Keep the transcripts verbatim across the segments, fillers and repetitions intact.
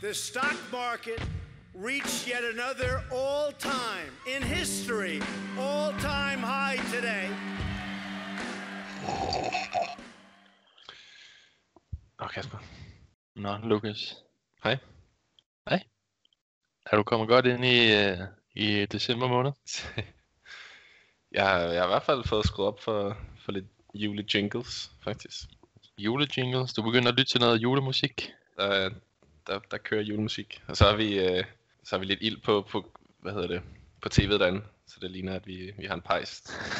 The stock market reached yet another all-time, in history, all-time high today. Nå, Kasper. Nå, Lukas. Hej. Hej. Er du kommet godt ind i, uh, i december måned? jeg, har, jeg har i hvert fald fået skruet op for, for lidt julejingles, faktisk. Julejingles? Du begynder at lytte til noget julemusik? Der, der, der kører julemusik. Og så har vi, øh, så har vi lidt ild på, på, hvad hedder det, på tv'et derinde. Så det ligner, at vi, vi har en pejs.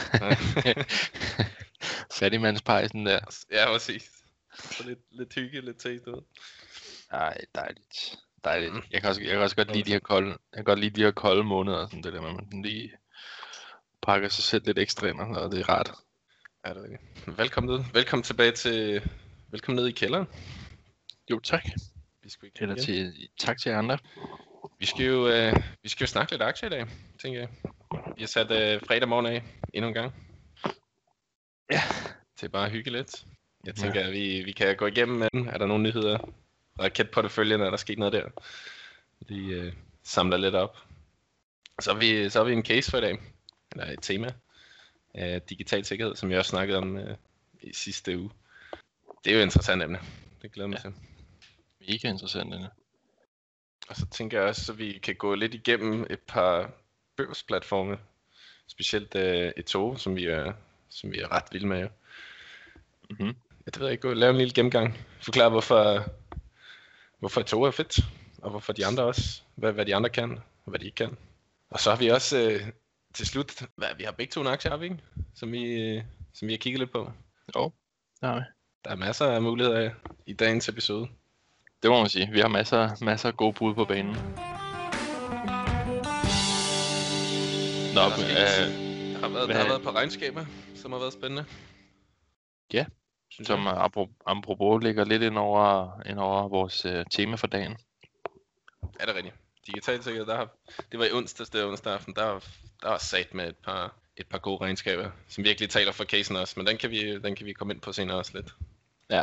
Fattigmandspejsen der. Ja, præcis. Så lidt, lidt hygge, lidt te, du ved. Ej, dejligt. Dejligt. Jeg kan også, jeg kan også godt lide de her kolde, jeg kan godt lide de her kolde måneder, sådan det der, man lige pakker sig selv lidt ekstra ind, og det er rart. Ja, det er rigtigt. Velkommen ned. Velkommen tilbage til, velkommen ned i kælderen. Jo, tak. Vi skal ikke Eller til, tak til jer andre. Vi skal jo, øh, vi skal jo snakke lidt aktier i dag, tænker jeg. Vi har sat øh, fredag morgen af endnu en gang. Ja. Til bare at hygge lidt. Jeg tænker, ja. at vi, vi kan gå igennem med den. Er der nogle nyheder? Raketporteføljen, er der sket noget der? Vi øh, samler lidt op. Så har, vi, så har vi en case for i dag. Eller et tema. Af digital sikkerhed, som jeg også snakkede om øh, i sidste uge. Det er jo et interessant emne. Det glæder mig ja. til. Mega interessant emne. Og så tænker jeg også, at vi kan gå lidt igennem et par børsplatforme. Specielt øh, eToro, som vi er, som vi er ret vilde med. Mm-hmm. Ja, det ved jeg ikke. Lave en lille gennemgang. Forklare, hvorfor, hvorfor eToro er fedt. Og hvorfor de andre også. Hvad, hvad de andre kan, og hvad de ikke kan. Og så har vi også øh, til slut, hvad, vi har begge to en aktie, har vi ikke? Som vi, øh, som vi har kigget lidt på. Jo, der er vi. Der er masser af muligheder i dagens episode. Det må man sige. Vi har masser, masser af gode bud på banen. Nå, der, øh, der, har været, der har været på regnskaber, som har været spændende. Ja, synes som apropos ligger lidt ind over, ind over vores uh, tema for dagen. Ja, det er rigtigt. Digital sikkerhed, der har, det var i onsdags, det var onsdag aften, der, der var sat med et par, et par gode regnskaber, som virkelig taler for casen også, men den kan vi, den kan vi komme ind på senere også lidt. Ja,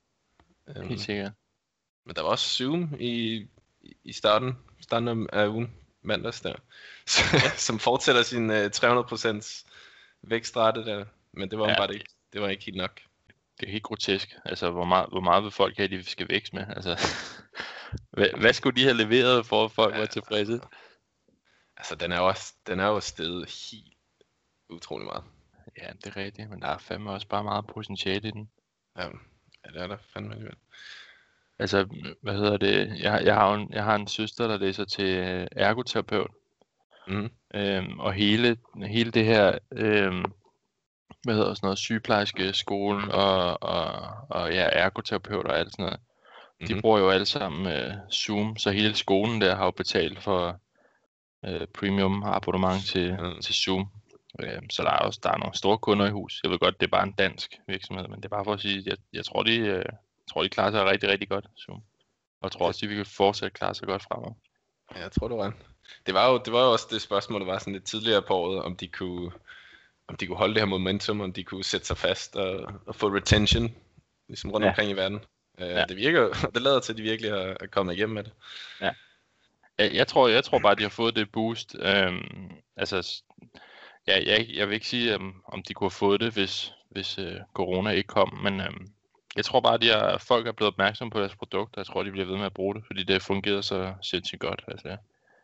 um, helt sikkert. Men der var også Zoom i, i starten, starten af ugen, mandags der, som fortsætter sin uh, tre hundrede procent vækstrate der, men det var ja, bare det ikke, det var ikke helt nok. Det er helt grotesk, altså hvor meget, hvor meget vil folk have, de skal vækst med, altså hvad, hvad skulle de have leveret for, at folk ja, var tilfredse? Altså den er jo også, den er jo steget helt utrolig meget. Ja, det er rigtigt, men der er fandme også bare meget potentiale i den. Ja, ja det er der fandme alligevel. Altså, hvad hedder det? Jeg, jeg, har en, jeg har en søster, der læser til ergoterapeut. Mm. Øhm, og hele, hele det her, øhm, hvad hedder sådan noget, sygeplejerske skolen og, og, og ja, ergoterapeut og alt sådan noget. Mm. De bruger jo alle sammen øh, Zoom, så hele skolen der har jo betalt for øh, premium abonnement til, mm. til Zoom. Øh, så der er også der er nogle store kunder i hus. Jeg ved godt, det er bare en dansk virksomhed, men det er bare for at sige, jeg, jeg tror, de... Øh, Jeg tror, de klarer sig rigtig, rigtig godt. Så. Og jeg tror også, de vil fortsætte klare sig godt fremover. Ja, jeg tror, det var det var jo det var jo også det spørgsmål, der var sådan lidt tidligere på året, om de kunne, om de kunne holde det her momentum, om de kunne sætte sig fast og, og få retention, ligesom rundt ja. omkring i verden. Uh, ja. Det virker, det lader til, at de virkelig har, er kommet igennem med det. Ja. Jeg, jeg tror, jeg tror bare, de har fået det boost. Øhm, altså, ja, jeg, jeg vil ikke sige, um, om de kunne have fået det, hvis, hvis uh, corona ikke kom, men um, jeg tror bare, at de er, folk er blevet opmærksomme på deres produkter. Jeg tror, de bliver ved med at bruge det, fordi det fungerer så sindssygt godt. Altså. Ja.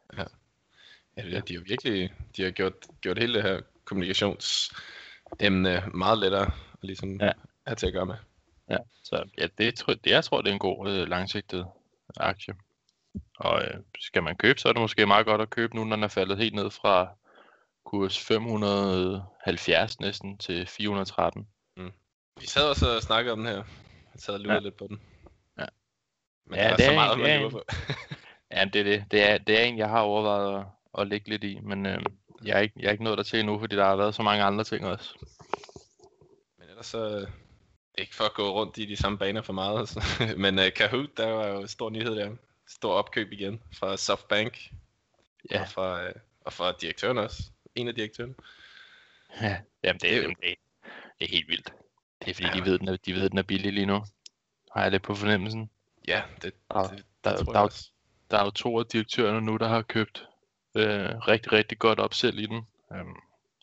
Ja, de har virkelig de har gjort, gjort hele det her kommunikationsemne meget lettere at ligesom ja. have til at gøre med. Ja, så ja, det, det, jeg tror, det er en god øh, langsigtet aktie. Og øh, skal man købe, så er det måske meget godt at købe nu, når den er faldet helt ned fra kurs fem hundrede og halvfjerds næsten til fire hundrede og tretten. Mm. Vi sad også og snakkede om den her. Jeg sad og lurede ja. lidt på den. Ja. Men ja, der er det så er meget, en, man lurer på. Ja, det er det. Det er, det er en, jeg har overvejet at, at lægge lidt i, men øh, jeg, er ikke, jeg er ikke nået der til endnu, fordi der har været så mange andre ting også. Men ellers så... Ikke for at gå rundt i de samme baner for meget, altså. Men uh, Kahoot, der var jo en stor nyhed der. Stor opkøb igen fra SoftBank. Ja. Og fra, uh, og fra direktøren også. En af direktørerne. Ja, jamen det, er, det, det er helt vildt. Det er fordi, ja. de, ved, den er, de ved, den er billig lige nu. Har jeg det på fornemmelsen? Ja, det, og det, det der, tror der, jeg også. der er jo to af direktørerne nu, der har købt øh, rigtig, rigtig godt op selv i den. Um,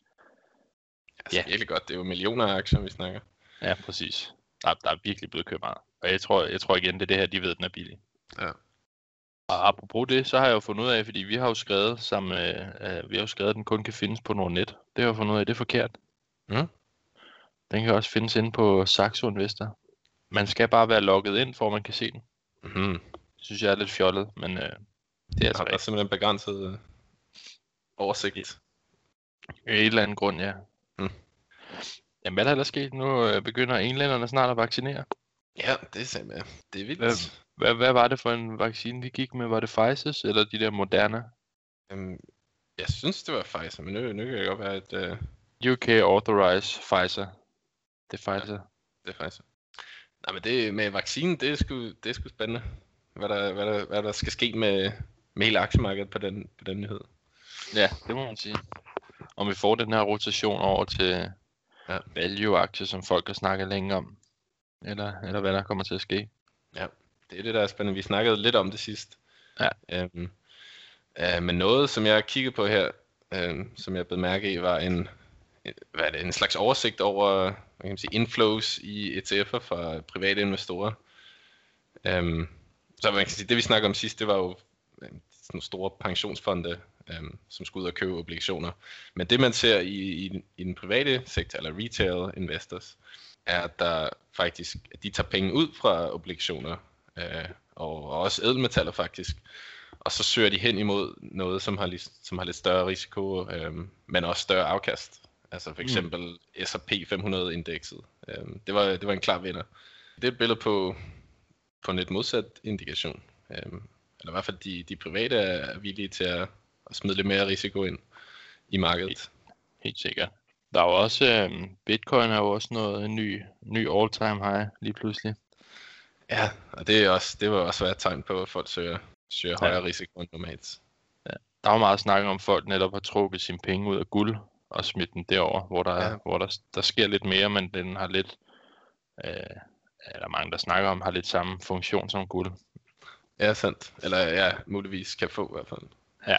altså ja. Virkelig godt. Det er jo millioner af aktier, vi snakker. Ja, præcis. Der, der er virkelig blevet købt meget. Og jeg tror, jeg tror igen, det er det her, de ved, den er billig. Ja. Og apropos det, så har jeg jo fundet ud af, fordi vi har jo skrevet, sammen, øh, vi har jo skrevet, at den kun kan findes på Nordnet. Det har jeg fundet ud af, det er forkert. Mm. Den kan også findes inde på Saxo Investor. Man skal bare være logget ind, for at man kan se den. Mm-hmm. Det synes jeg er lidt fjollet, men øh, det er altså rigtigt. Der er simpelthen begrænset øh, oversigt. Af et eller andet grund, ja. Mm. Jamen, hvad der ellers sket? Nu øh, begynder englænderne snart at vaccinere. Ja, det er simpelthen. Det er vildt. Hvad, hvad, hvad var det for en vaccine, de gik med? Var det Pfizer's eller de der Moderna? Um, jeg synes, det var Pfizer, men nu, nu kan det godt være, at... Uh... U K authorized Pfizer. Det er Pfizer. Ja, det er Pfizer. Nej, men det med vaccinen, det er sgu, det er sgu spændende. Hvad der, hvad, der, hvad der skal ske med, med hele aktiemarkedet på den, på den nyhed. Ja, det må man sige. Om vi får den her rotation over til ja. value-aktier, som folk har snakket længe om. Eller, eller hvad der kommer til at ske. Ja, det er det, der er spændende. Vi snakkede lidt om det sidst. Ja. Øhm, øh, men noget, som jeg kiggede på her, øh, som jeg blev mærke i, var en, hvad er det, en slags oversigt over hvad kan man sige, inflows i E T F'er fra private investorer. Øhm, så man kan sige, det vi snakkede om sidst, det var jo øh, sådan nogle store pensionsfonde, øh, som skulle ud og købe obligationer. Men det man ser i, i, i den private sektor, eller retail investors, er, at der faktisk, at de tager penge ud fra obligationer, øh, og også ædelmetaller faktisk, og så søger de hen imod noget, som har, som har lidt større risiko, øh, men også større afkast. Altså for eksempel mm. S og P fem hundrede indekset. Øh, det, var, det var en klar vinder. Det er et billede på, på en lidt modsat indikation. Øh, eller i hvert fald de, de private er villige til at, at smide lidt mere risiko ind i markedet. Helt, helt sikkert. Der er jo også, øh, Bitcoin er jo også noget en ny, ny all-time high lige pludselig. Ja, og det, er også, det var også et tegn på, at folk søger, søger ja. højere risiko end normalt. Ja. Der er jo meget snak om, at folk netop har trukket sine penge ud af guld og smidt den derover, hvor der, ja. hvor der, der sker lidt mere, men den har lidt, øh, eller mange der snakker om, har lidt samme funktion som guld. Ja, sandt. Eller ja, muligvis kan få i hvert fald. Ja.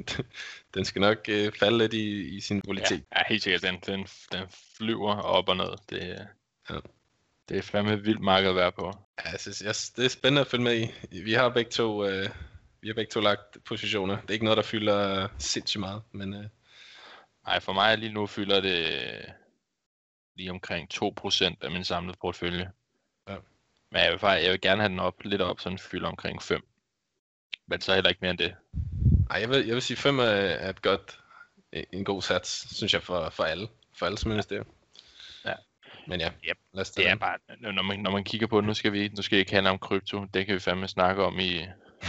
Den skal nok øh, falde lidt i, i sin volatilitet. Ja, ja, helt sikkert. Den, den, den flyver op og ned. Det, ja. det er fandme et vildt marked at være på. Ja, jeg synes, jeg, det er spændende at følge med i. Vi har begge to, øh, vi har begge to lagt positioner. Det er ikke noget, der fylder sindssygt meget. Men, øh... Nej, for mig lige nu fylder det lige omkring to procent af min samlede portefølje. Ja. Men jeg vil, faktisk, jeg vil gerne have den op lidt op, så den fylder omkring fem. Men så heller ikke mere end det. Ej, jeg vil, jeg vil sige, fem er, er et godt, en god sats, synes jeg, for, for alle. For alle som investerer. Ja. Men ja, yep. lad os det er bare, når man, når man kigger på det, nu skal vi nu skal vi ikke handle om krypto, det kan vi fandme snakke om i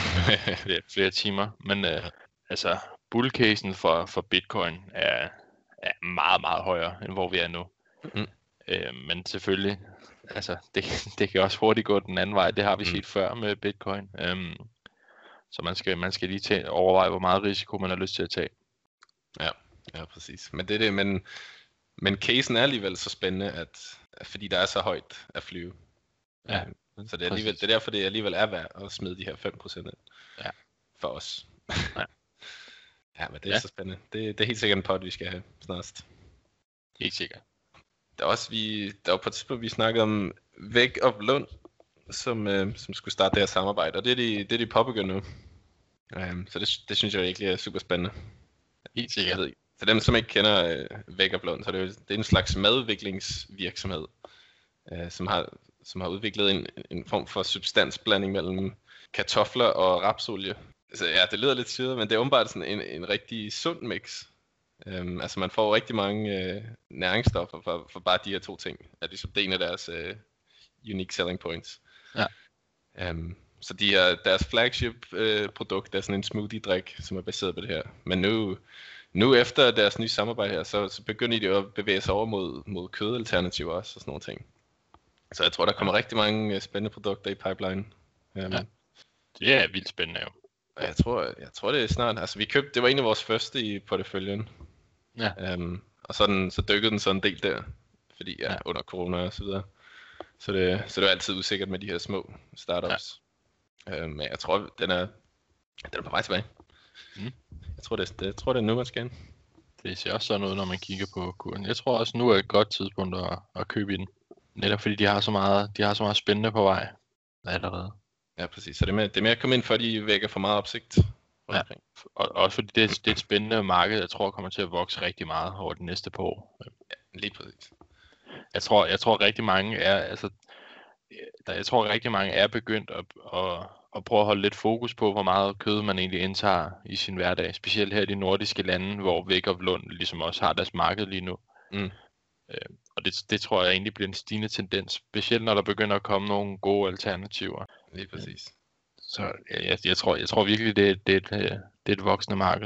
flere, flere timer. Men øh, altså, bullcasen for, for Bitcoin er, er meget, meget højere, end hvor vi er nu. Mm. Øh, men selvfølgelig, altså, det, det kan også hurtigt gå den anden vej, det har vi set mm. før med Bitcoin. Um, Så man skal, man skal lige tage, overveje, hvor meget risiko man har lyst til at tage. Ja, ja præcis. Men det er det, men, men casen er alligevel så spændende, at, at fordi der er så højt at flyve. Ja, um, så det er, alligevel, det er derfor, det alligevel er værd at smide de her fem procent ind. Ja. For os. Ja. Ja, men det er ja. så spændende. Det, det er helt sikkert en pot, vi skal have snart. Helt sikkert. Der var også, vi, der var på et tidspunkt, vi snakkede om Væk of Lund, som, øh, som skulle starte det her samarbejde, og det er de, det er de påbegyndt nu. Um, så det, det synes jeg virkelig er super spændende. Helt sikkert. Ved, for dem, som ikke kender øh, Væk of Lund, så er det, det er en slags madudviklingsvirksomhed, øh, som, har, som har udviklet en, en form for substansblanding mellem kartofler og rapsolie. Altså, ja, det lyder lidt syret, men det er åbenbart sådan en, en rigtig sund mix. Um, altså man får rigtig mange øh, næringsstoffer for, for bare de her to ting. Er ligesom det en af deres øh, unique selling points. Ja. Um, så de her, deres flagship øh, produkt er sådan en smoothie-drik, som er baseret på det her. Men nu, nu efter deres nye samarbejde her, så, så begynder de at bevæge sig over mod, mod kødalternativer også og sådan nogle ting. Så jeg tror, der kommer ja. rigtig mange øh, spændende produkter i pipeline. Um, ja. Det er vildt spændende jo. Og jeg tror, jeg tror det er snart. Altså vi købte, det var en af vores første i porteføljen. Ja. Um, og så, den, så dykkede den så en del der, fordi ja, ja. under corona og så videre. Så det, så det er altid usikkert med de her små startups. Ja. Um, men jeg tror, den er, Den er på vej tilbage. Mm. Jeg tror, det, det, jeg tror, det er nu, man skal ind. Det ser også sådan ud, når man kigger på kurven. Jeg tror også, nu er et godt tidspunkt at, at købe i den. Netop fordi de har så meget, de har så meget spændende på vej allerede. Ja, præcis. Så det er med, det er med at komme ind, før de vækker for meget opsigt. Ja. Og også fordi det er, det er et spændende marked, jeg tror kommer til at vokse rigtig meget over de næste par år. Ja, lige præcis. Jeg tror, jeg tror rigtig mange er, altså, der, jeg tror rigtig mange er begyndt at, at, at prøve at holde lidt fokus på, hvor meget kød man egentlig indtager i sin hverdag. Specielt her i de nordiske lande, hvor Væk og Lund ligesom også har deres marked lige nu. Mm. Øh, og det, det tror jeg egentlig bliver en stigende tendens, specielt når der begynder at komme nogle gode alternativer. Lige præcis. Så jeg, jeg, tror, jeg tror virkelig, det, det, det, det er et voksende marked.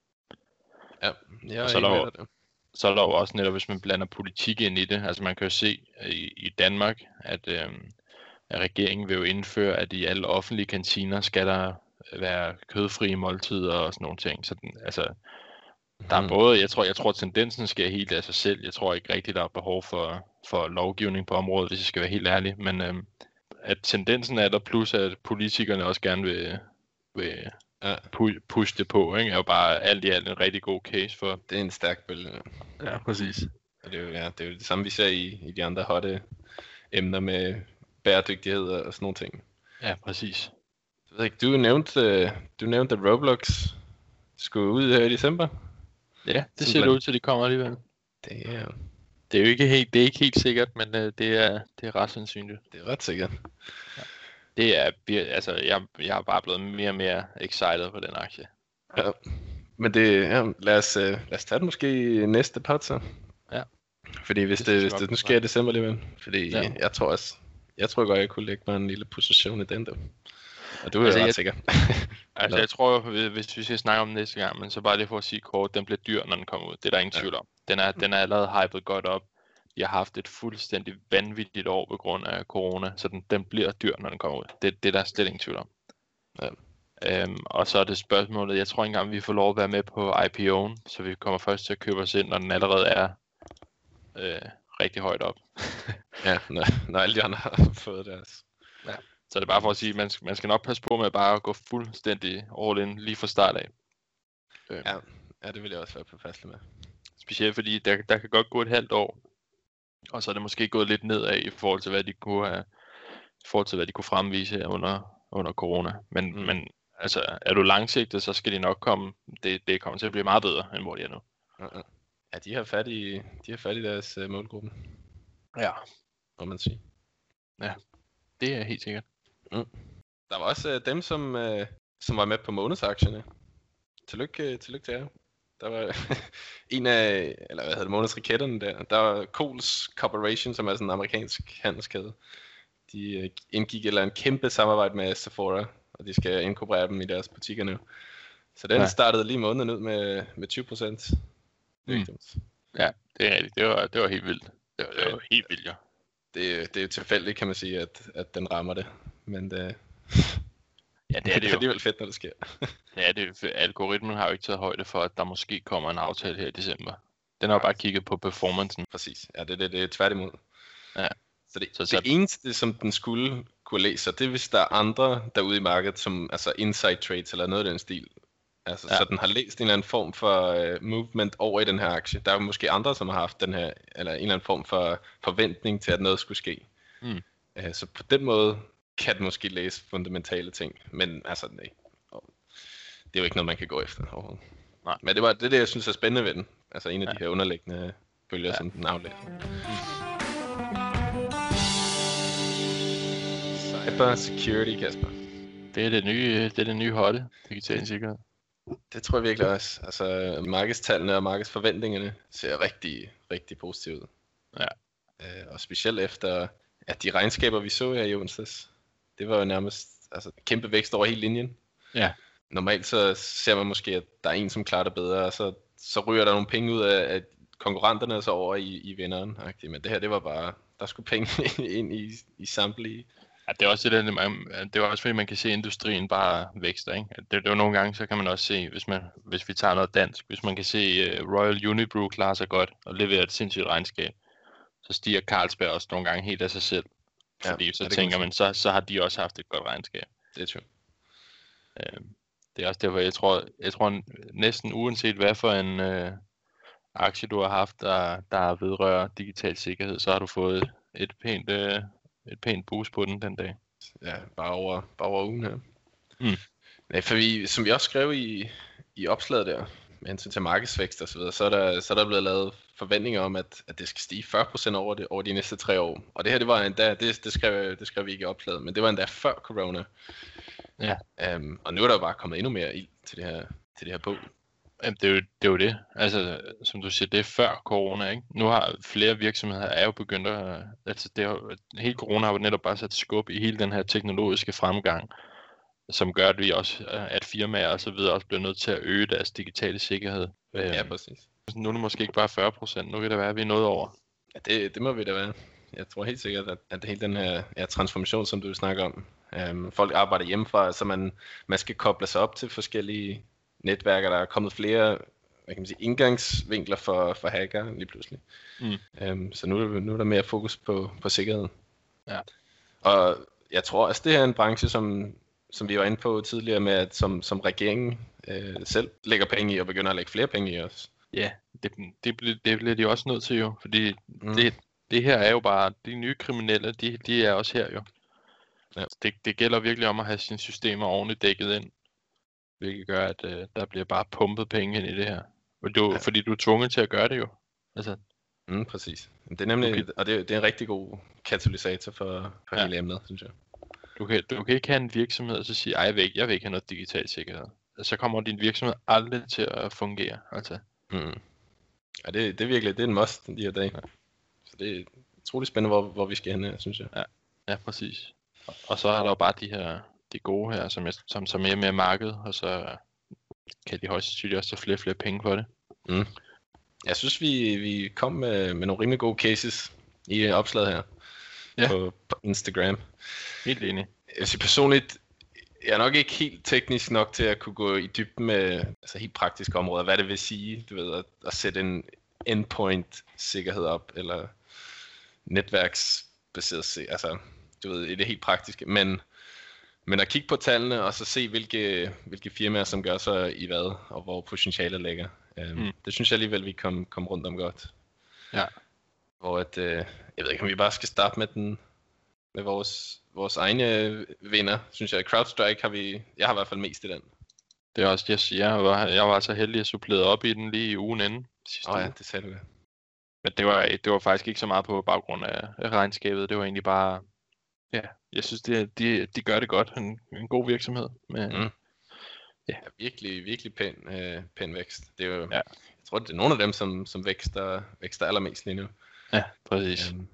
Ja, jeg er så, er der, det. så er der jo også netop, hvis man blander politik ind i det. Altså man kan jo se i, i Danmark, at, øhm, at regeringen vil jo indføre, at i alle offentlige kantiner skal der være kødfrie måltider og sådan nogle ting. Så den, altså, der er både, jeg tror, jeg tror, at tendensen sker helt af sig selv. Jeg tror ikke rigtigt, der er behov for, for lovgivning på området, hvis jeg skal være helt ærlig. Men øhm, at tendensen er der, plus at politikerne også gerne vil, vil ja. pu- pushe det på, ikke? Er jo bare alt i alt en rigtig god case for. Det er en stærk bølge. Ja, præcis. Og det er jo, ja, det er jo det samme, vi ser i, i de andre hotte emner med bæredygtighed og sådan nogle ting. Ja, præcis. Jeg ved ikke, du nævnte, du nævnte at Roblox skulle ud her i december. Ja, det sådan ser det ud til, de kommer alligevel. Det er, det er jo ikke helt, det er ikke helt sikkert, men uh, det, er, det er ret sandsynligt. Det er ret sikkert. Ja. Det er, altså, jeg, jeg er bare blevet mere og mere excited på den aktie. Ja, men det, ja, lad os, uh, lad os tage det måske i næste pod så. Ja. Fordi hvis det, det, hvis det nu sker i december alligevel, fordi ja. jeg tror også, jeg tror godt, jeg kunne lægge mig en lille position i den der. Og du er altså, ret jeg, sikker. altså jeg tror, hvis vi skal snakke om den næste gang, men så bare lige for at sige kort, den bliver dyr, når den kommer ud. Det er der ingen ja. tvivl om. Den er, den er allerede hypet godt op. De har haft et fuldstændig vanvittigt år på grund af corona, så den, den bliver dyr, når den kommer ud. Det, det er der slet ingen tvivl om. Ja. Øhm, og så er det spørgsmålet, jeg tror ikke engang, vi får lov at være med på I P O'en, så vi kommer først til at købe os ind, når den allerede er øh, rigtig højt op. Ja, når, når alle de andre har fået deres. Ja. Så det er bare for at sige, at man skal, man skal nok passe på med bare at gå fuldstændig all in lige fra start af. Øh. Ja, ja, det vil jeg også være påpasselig med. Specielt fordi der, der kan godt gå et halvt år, og så er det måske gået lidt nedad i forhold til, hvad de kunne have, i forhold til, hvad de kunne fremvise under, under corona. Men, mm. men altså, er du langsigtet, så skal de nok komme, det, det kommer til at blive meget bedre, end hvor de er nu. Ja, ja de har fat i, de har fat i deres uh, målgruppe. Ja. Må man sige. Ja, det er helt sikkert. Mm. Der var også uh, dem, som, uh, som var med på månedsaktierne. Tillykke, tillykke til jer. Der var en af, eller hvad hedder det, månedsraketterne der. Der var Kohl's Corporation, som er sådan en amerikansk handelskæde. De uh, indgik eller en kæmpe samarbejde med Sephora, og de skal inkorporere dem i deres butikker nu. Så den ja. startede lige måneden ud med, med tyve procent. Mm. Ja, det er rigtigt. Det var, det var helt vildt. Det var, det var helt vildt, ja. Det, det er jo tilfældigt, kan man sige, at, at den rammer det. Men det, ja, det er det, det er alligevel fedt, når det sker. Ja, det, algoritmen har jo ikke taget højde for, at der måske kommer en aftale her i december. Den har jo bare kigget på performancen. Præcis. Ja, det, det, det er tværtimod. Ja. Så det, så, det eneste, som den skulle kunne læse, det er, hvis der er andre derude i markedet, som altså inside trades eller noget af den stil. Altså, ja. Så den har læst en eller anden form for uh, movement over i den her aktie. Der er jo måske andre, som har haft den her, eller en eller anden form for forventning til, at noget skulle ske. Mm. Uh, så på den måde kan den måske læse fundamentale ting. Men altså, nej. Det er jo ikke noget, man kan gå efter overhovedet. Nej. Men det var det, jeg synes er spændende ved den. Altså en af ja. de her underliggende bølger, ja. som den aflæser. Mm. Cyber security, Kasper. Det er det nye, det er det nye hotte, digital sikkerhed. Det tror jeg virkelig også. Altså markedstallene og markedsforventningerne ser rigtig, rigtig positivt ud. Ja. Øh, og specielt efter, at de regnskaber, vi så her i onsdags, det var jo nærmest altså, kæmpe vækst over hele linjen. Ja. Normalt så ser man måske, at der er en, som klarer det bedre, og så, så ryger der nogle penge ud af, af konkurrenterne så over i, i vinderen. Men det her, det var bare, der skulle penge ind i, i samtlige. Ja, det er også det, der, det er også fordi man kan se, at industrien bare vækster, ikke? Det, det er jo nogle gange, så kan man også se, hvis, man, hvis vi tager noget dansk, hvis man kan se uh, Royal Unibrew klarer sig godt og leverer et sindssygt regnskab, så stiger Carlsberg også nogle gange helt af sig selv. Fordi ja, så tænker man, så, så har de også haft et godt regnskab. Det er true. Uh, Det er også derfor, jeg tror, jeg tror næsten uanset hvad for en øh, aktie du har haft, der, der vedrører digital sikkerhed, så har du fået et pænt, øh, et pænt boost på den den dag. Ja, bare over, bare over ugen her. Mm. Nej, for vi, som vi også skrev i, i opslaget der, med hensyn til markedsvækst og så videre, så er der, så er der blevet lavet forventninger om, at, at det skal stige fyrre procent over, det, over de næste tre år. Og det her, det var endda, det, det, skrev, det skrev vi ikke i opslaget, men det var endda før corona. Ja. Um, og nu er der jo bare kommet endnu mere ild til det her, til det her bog. Jamen, det er, jo, det er jo det. Altså, som du siger, det er før corona, ikke? Nu har flere virksomheder er jo begyndt at... Altså, det er jo, hele corona har jo netop bare sat skub i hele den her teknologiske fremgang, som gør, at vi også, at firmaer og så videre også bliver nødt til at øge deres digitale sikkerhed. Ja, præcis. Nu er det måske ikke bare fyrre procent, nu kan det være, at vi er noget over. Ja, det, det må vi da være. Jeg tror helt sikkert, at, at hele den her ja, transformation, som du snakker om, um, folk arbejder hjemmefra, så man, man skal koble sig op til forskellige netværker. Der er kommet flere, hvad kan man sige, indgangsvinkler for, for hacker lige pludselig. Mm. Um, så nu, nu er der mere fokus på, på sikkerheden. Ja. Og jeg tror også, det her er en branche, som, som vi var inde på tidligere med, at som, som regeringen øh, selv lægger penge i og begynder at lægge flere penge i os. Ja, det, det, bliver, det bliver de også nødt til jo, fordi mm. det, det her er jo bare, de nye kriminelle, de, de er også her jo. Ja. Det, det gælder virkelig om at have sine systemer ordentligt dækket ind, hvilket gør, at øh, der bliver bare pumpet penge ind i det her. Og du, ja. Fordi du er tvunget til at gøre det jo. Altså. Mm, præcis. Det er nemlig, okay. Og det, det er en rigtig god katalysator for, for ja. hele emnet, synes jeg. Du kan, du kan ikke have en virksomhed og så sige, ej, jeg vil ikke, jeg vil ikke have noget digital sikkerhed. Så kommer din virksomhed aldrig til at fungere. Altså. Mm. Ja, det, det er virkelig, det er en must de her dage. Ja. Så det er utroligt spændende, hvor, hvor vi skal hen her, synes jeg. Ja, ja, præcis. Og så er der jo bare de her, de gode her, som, jeg, som, som er mere marked, og så kan de højst sandsynligt også tage flere flere penge for det. Mm. Jeg synes, vi, vi kom med, med nogle rimelig gode cases i opslaget her ja. på, på Instagram. Helt enig. Jeg synes personligt, jeg er nok ikke helt teknisk nok til at kunne gå i dybden med altså helt praktiske områder. Hvad det vil sige, du ved, at, at sætte en endpoint sikkerhed op, eller netværksbaseret, altså du ved, i det helt praktiske. Men, men at kigge på tallene, og så se, hvilke, hvilke firmaer, som gør sig i hvad, og hvor potentialet ligger. Um, mm. Det synes jeg alligevel, vi kom, kom rundt om godt. Ja. Hvor at, uh, jeg ved ikke, om vi bare skal starte med den, med vores, vores egne venner, synes jeg. CrowdStrike har vi, jeg har i hvert fald mest i den. Det er også det, jeg siger. Jeg var, jeg var så heldig at supplere op i den lige i ugen inden. Åh oh, ja, det sagde du. Men det var, det var faktisk ikke så meget på baggrund af regnskabet. Det var egentlig bare, ja, jeg synes, det, de, de gør det godt. En, en god virksomhed. Med, mm. Ja, virkelig, virkelig pæn, øh, pæn vækst. Det er jo, ja. Jeg tror, det er nogle af dem, som, som vækster, vækster allermest lige nu. Ja, præcis. Um,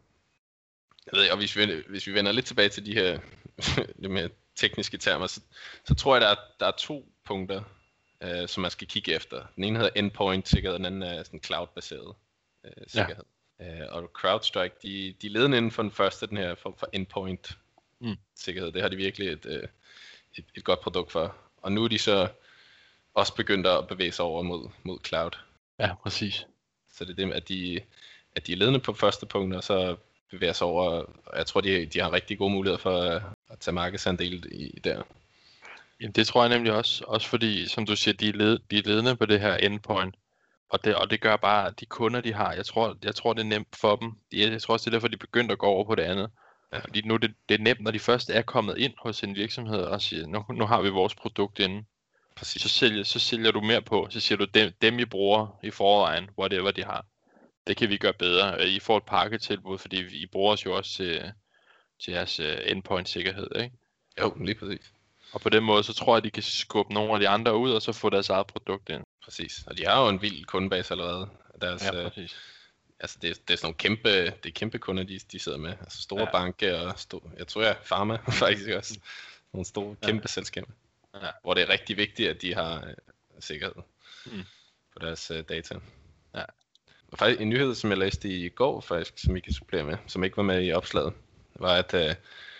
jeg ved, og hvis vi, hvis vi vender lidt tilbage til de her lidt mere tekniske termer, så, så tror jeg, der er, der er to punkter, øh, som man skal kigge efter. Den ene hedder endpoint sikkerhed, og den anden er sådan cloud-baseret øh, sikkerhed. Ja. Øh, og CrowdStrike, de, de er ledende inden for den første, den her form for endpoint mm. sikkerhed. Det har de virkelig et, øh, et, et godt produkt for. Og nu er de så også begyndt at bevæge sig over mod, mod cloud. Ja, præcis. Så det er dem, at de, at de er ledende på første punkt, og så bevæger sig over, og jeg tror, de, de har rigtig gode muligheder for at, at tage markedsandel i der. Jamen, det tror jeg nemlig også, også fordi, som du siger, de er, led, de er ledende på det her endpoint, og det, og det gør bare, at de kunder, de har, jeg tror, jeg tror det er nemt for dem. Jeg tror også, det er derfor, de begyndte at gå over på det andet. Ja. Fordi nu det, det er nemt, når de først er kommet ind hos en virksomhed og siger, nu, nu har vi vores produkt inde. Præcis. Så sælger, så sælger du mere på, så siger du, dem, dem I bruger i forvejen, whatever de har, det kan vi gøre bedre. I får et pakketilbud, fordi I bruger os jo også til, til jeres endpoint sikkerhed, ikke? Jo, lige præcis. Og på den måde, så tror jeg, at de kan skubbe nogle af de andre ud, og så få deres eget produkt ind. Præcis, og de har jo en vild kundebase allerede. Deres, ja, præcis. Øh, altså det, det er sådan nogle kæmpe, det er kæmpe kunder, de, de sidder med. Altså store ja. banker og store, jeg tror jeg, Pharma faktisk også. Nogle store, kæmpe ja. selskaber. Ja. Hvor det er rigtig vigtigt, at de har øh, sikkerhed mm. på deres øh, data. Ja. Og faktisk en nyhed, som jeg læste i går, faktisk, som I kan supplere med, som ikke var med i opslaget, var at uh,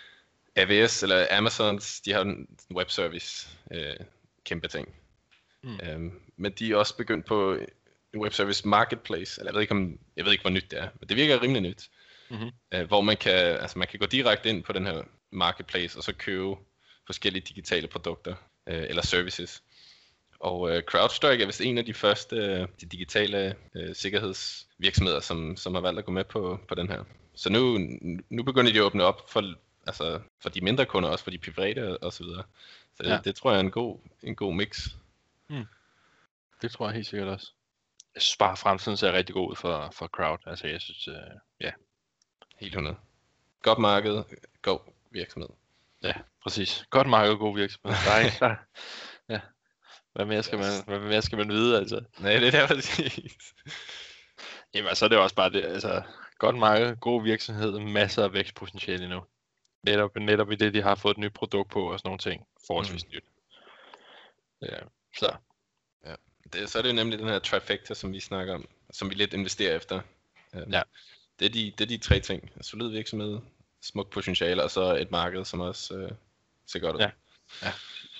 A W S eller Amazons, de har en webservice, uh, kæmpe ting. Mm. Um, men de er også begyndt på en webservice marketplace, eller jeg ved ikke om, jeg ved ikke hvor nyt det er, men det virker rimelig nyt, mm-hmm. uh, hvor man kan, altså man kan gå direkte ind på den her marketplace og så købe forskellige digitale produkter øh, eller services. Og øh, CrowdStrike er vist en af de første øh, de digitale øh, sikkerhedsvirksomheder, som, som har valgt at gå med på, på den her. Så nu, nu begynder de at åbne op for, altså, for de mindre kunder, også for de private og så videre. Så det, ja. det tror jeg er en god, en god mix. Hmm. Det tror jeg helt sikkert også. Jeg synes bare, at fremtiden ser rigtig god ud for, for Crowd. Altså jeg synes, øh, ja. Helt hundrede. Godt marked, god virksomhed. Ja, præcis. Godt marked og god virksomhed. Der er ikke, der, ja. Hvad mere skal man, hvad mere skal man vide, altså? Nej, det er der præcis. Jamen, så er det også bare det, altså, godt marked, god virksomhed, masser af vækstpotentiale endnu. Netop, netop i det, de har fået et nyt produkt på og sådan nogle ting, forholdsvis mm. nyt. Ja, så. Ja, det, så er det jo nemlig den her trifecta, som vi snakker om, som vi lidt investerer efter. Um, ja. Det er, de, det er de tre ting. Solid virksomhed, smuk potentiale, og så et marked, som også uh, ser godt ud. Ja, ja.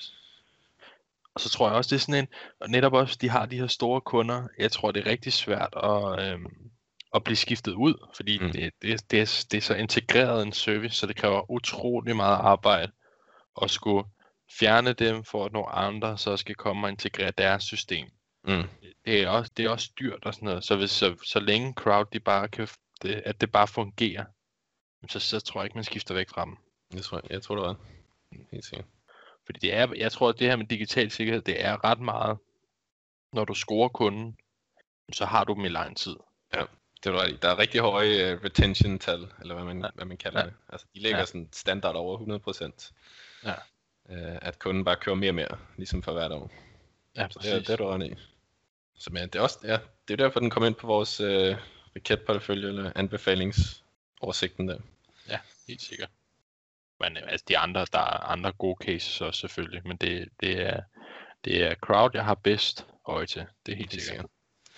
Og så tror jeg også, det er sådan en, og netop også, de har de her store kunder, jeg tror, det er rigtig svært at, øhm, at blive skiftet ud, fordi mm. det, det, det, er, det er så integreret en service, så det kræver utrolig meget arbejde at skulle fjerne dem, for at nogle andre så skal komme og integrere deres system. Mm. Det, er også, det er også dyrt og sådan noget, så, hvis, så, så længe Crowd, de bare kan, det, at det bare fungerer, så, så tror jeg ikke, man skifter væk fra dem. Jeg tror, jeg tror det var helt sikkert. Fordi det er, jeg tror, at det her med digital sikkerhed, det er ret meget, når du scorer kunden, så har du dem i lang tid. Ja, det er rigtigt. Der er rigtig høje uh, retention-tal, eller hvad man, ja. hvad man kalder ja. det. Altså, de ligger ja. sådan standard over hundrede procent. Ja. Uh, at kunden bare kører mere og mere, ligesom for hvert år. Ja, så det er, det er du ret i. Så men, det er også, ja, det er derfor, den kom ind på vores uh, raketportefølje, eller anbefalingsoversigten der. Ja, helt sikkert. Men altså de andre, der er andre gode cases også selvfølgelig, men det, det, er, det er Crowd, jeg har bedst øje til, det er helt sikkert. sikkert.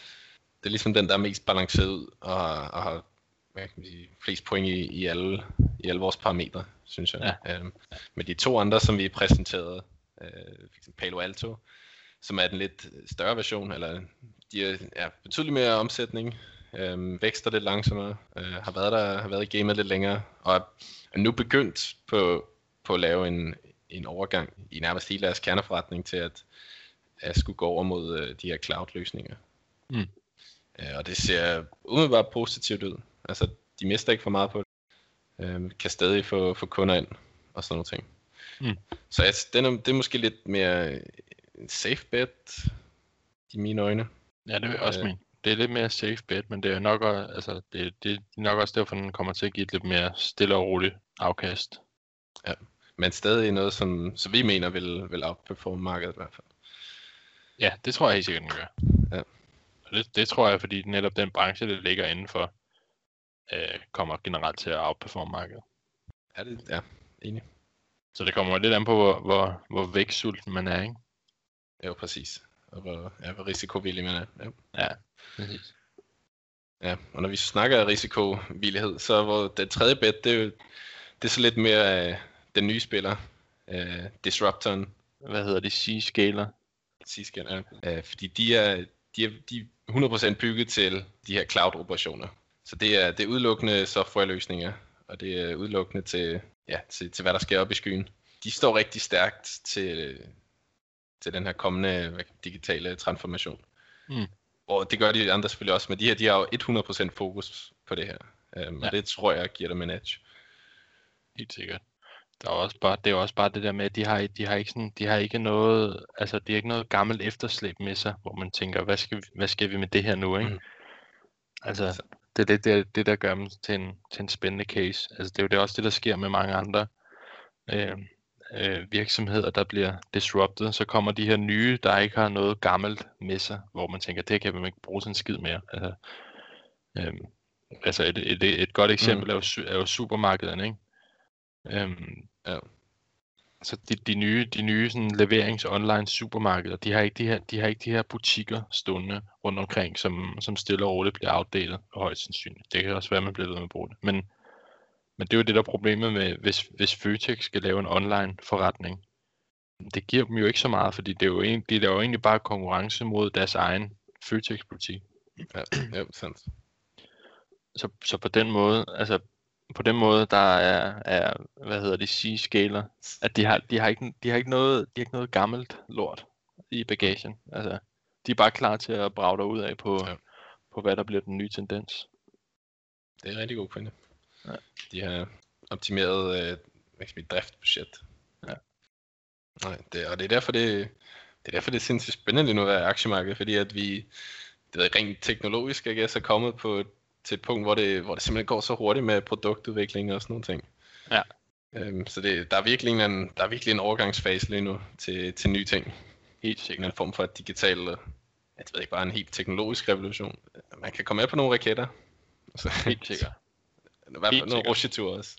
Det er ligesom den, der er mest balanceret ud, og, og har hvad kan man sige, flest point i, i, alle, i alle vores parametre, synes jeg. Ja. Øhm, med de to andre, som vi præsenterede, øh, for eksempel Palo Alto, som er den lidt større version, eller de er ja, betydeligt mere omsætning, øh, vækster lidt langsommere, øh, har været der, har været i gamet lidt længere, og er, er nu begyndt på, på at lave en, en overgang i nærmest hele deres kerneforretning til at, at skulle gå over mod øh, de her cloud-løsninger. Mm. Øh, og det ser umiddelbart positivt ud. Altså, de mister ikke for meget på det. Øh, kan stadig få, få kunder ind og sådan nogle ting. Mm. Så altså, den er, det er måske lidt mere en safe bet i mine øjne. Ja, det er også øh, min. Det er lidt mere safe bet, men det er nok også, altså, det, det er nok også derfor, den kommer til at give et lidt mere stille og roligt afkast. Ja, men stadig noget, som, som vi mener vil, vil outperforme markedet i hvert fald. Ja, det tror jeg helt sikkert, den gør. Ja. Og det, det tror jeg, fordi netop den branche, det ligger indenfor, øh, kommer generelt til at outperforme markedet. Ja, det, ja, enig. Så det kommer lidt an på, hvor, hvor, hvor vækstsulten man er, ikke? Jo, præcis. Og hvor, ja, hvor risikovillig man er. Ja, ja præcis. Ja, og når vi snakker risikovillighed, så hvor det tredje bet, det er jo det er så lidt mere uh, den nye spiller, uh, Disruptoren. Hvad hedder de? C-Scaler? C-Scaler, ja. Uh, fordi de er, de, er, de er hundrede procent bygget til de her cloud-operationer. Så det er, det er udelukkende softwareløsninger, og det er udelukkende til, ja, til, til hvad der sker op i skyen. De står rigtig stærkt til, til den her kommende digitale transformation. Mm. Og det gør de andre selvfølgelig også, men de her, de har jo hundrede procent fokus på det her. Um, ja. Og det tror jeg giver dem en edge. Helt sikkert. Der er også bare, det er også bare det der med, at de har, de har ikke sådan, de har ikke noget, altså det er ikke noget gammelt efterslæb med sig, hvor man tænker, hvad skal vi, hvad skal vi med det her nu, ikke? Mm. Altså, det er det, det, det, der gør dem til en, til en spændende case. Altså, det er jo det også det, der sker med mange andre øh, øh, virksomheder, der bliver disrupted. Så kommer de her nye, der ikke har noget gammelt med sig, hvor man tænker, det kan man ikke bruge sådan en skid mere. Altså, øh, altså et, et, et, et godt eksempel mm. er, jo, er jo supermarkederne, ikke? Øhm, ja. Så de, de nye, de nye sådan leverings online supermarkeder, de har ikke de her, de har ikke de her butikker stående rundt omkring, som, som stille og roligt bliver outdated og højst sandsynligt. Det kan også være, man bliver ved med at bruge det. Men, men det er jo det der problemet med, hvis, hvis Føtex skal lave en online forretning. Det giver dem jo ikke så meget, fordi det er jo egentlig, de laver jo egentlig bare konkurrence mod deres egen Føtex butik. Ja, ja, sandt. Så, så på den måde, altså på den måde, der er, er hvad hedder det, C-scaler, at de har, de har ikke, de har ikke noget, de har ikke noget gammelt lort i bagagen. Altså, de er bare klar til at brage dig ud af på, ja. på, hvad der bliver den nye tendens. Det er en rigtig god pointe. Ja. De har optimeret øh, hvad skal man, driftbudget. Ja. Nej, det, og det er derfor, det, det er derfor, det er sindssygt spændende nu at være aktiemarkedet, fordi at vi, det er rent teknologisk, jeg er kommet på til et punkt, hvor det, hvor det simpelthen går så hurtigt med produktudvikling og sådan nogle ting. Ja. Øhm, så det, der er virkelig en, der er virkelig en overgangsfase lige nu til, til nye ting. Helt sikkert. En form for digital, jeg ved ikke, bare en helt teknologisk revolution. Man kan komme med på nogle raketter. Så, helt sikkert. I hvert fald nogle rusjeture også.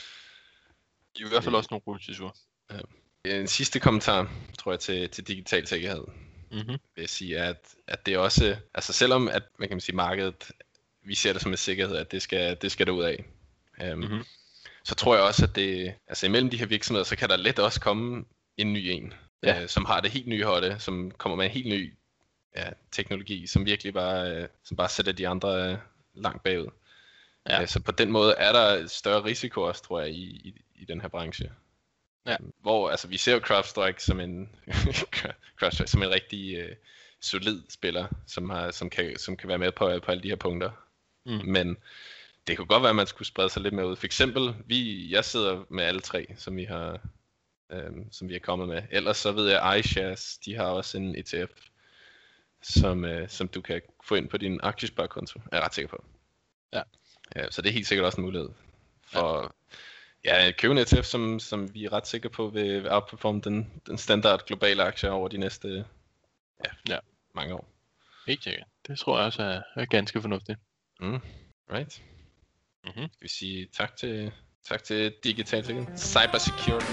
I hvert fald også nogle rusjeture. Ja. En sidste kommentar, tror jeg, til, til digital sikkerhed. Mm-hmm. Vil jeg sige, at, at det også, altså selvom at, man kan sige, markedet, vi ser det som en sikkerhed, at det skal, det skal derud af. Um, mm-hmm. Så tror jeg også, at det, altså imellem de her virksomheder, så kan der let også komme en ny en, ja. uh, som har det helt nye hotte, som kommer med en helt ny ja, teknologi, som virkelig bare, uh, som bare sætter de andre uh, langt bagud. Ja. Uh, så på den måde er der større risiko også, tror jeg, i, i, i den her branche. Ja. Hvor, altså vi ser jo CrowdStrike som en, CrowdStrike som en rigtig uh, solid spiller, som, har, som, kan, som kan være med på, på alle de her punkter. Mm. Men det kunne godt være, at man skulle sprede sig lidt mere ud. For eksempel, vi, jeg sidder med alle tre, som vi har, øhm, som vi er kommet med. Ellers så ved jeg, iShares, de har også en E T F, som, øh, som du kan få ind på din aktiesparekonto, er jeg ret sikker på. Ja. Ja, så det er helt sikkert også en mulighed for ja. Ja, købe en E T F, som, som vi er ret sikre på vil, vil outperforme den, den standard globale aktie over de næste ja, ja. mange år. Helt sikkert. Det tror jeg også er, er ganske fornuftigt. Mm, right. Mm-hmm. Skal vi sige tak til, tak til digital sikkerhed. Cyber security.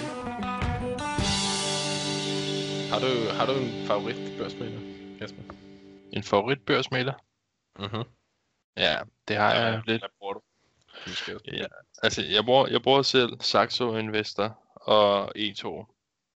Har du, har du en favorit børsmægler, Kasper? En favorit børsmægler? Mhm. Ja, det har jeg ja, lidt. Hvad bruger du? Ja, altså, jeg bruger, jeg bruger selv Saxo Investor og E to.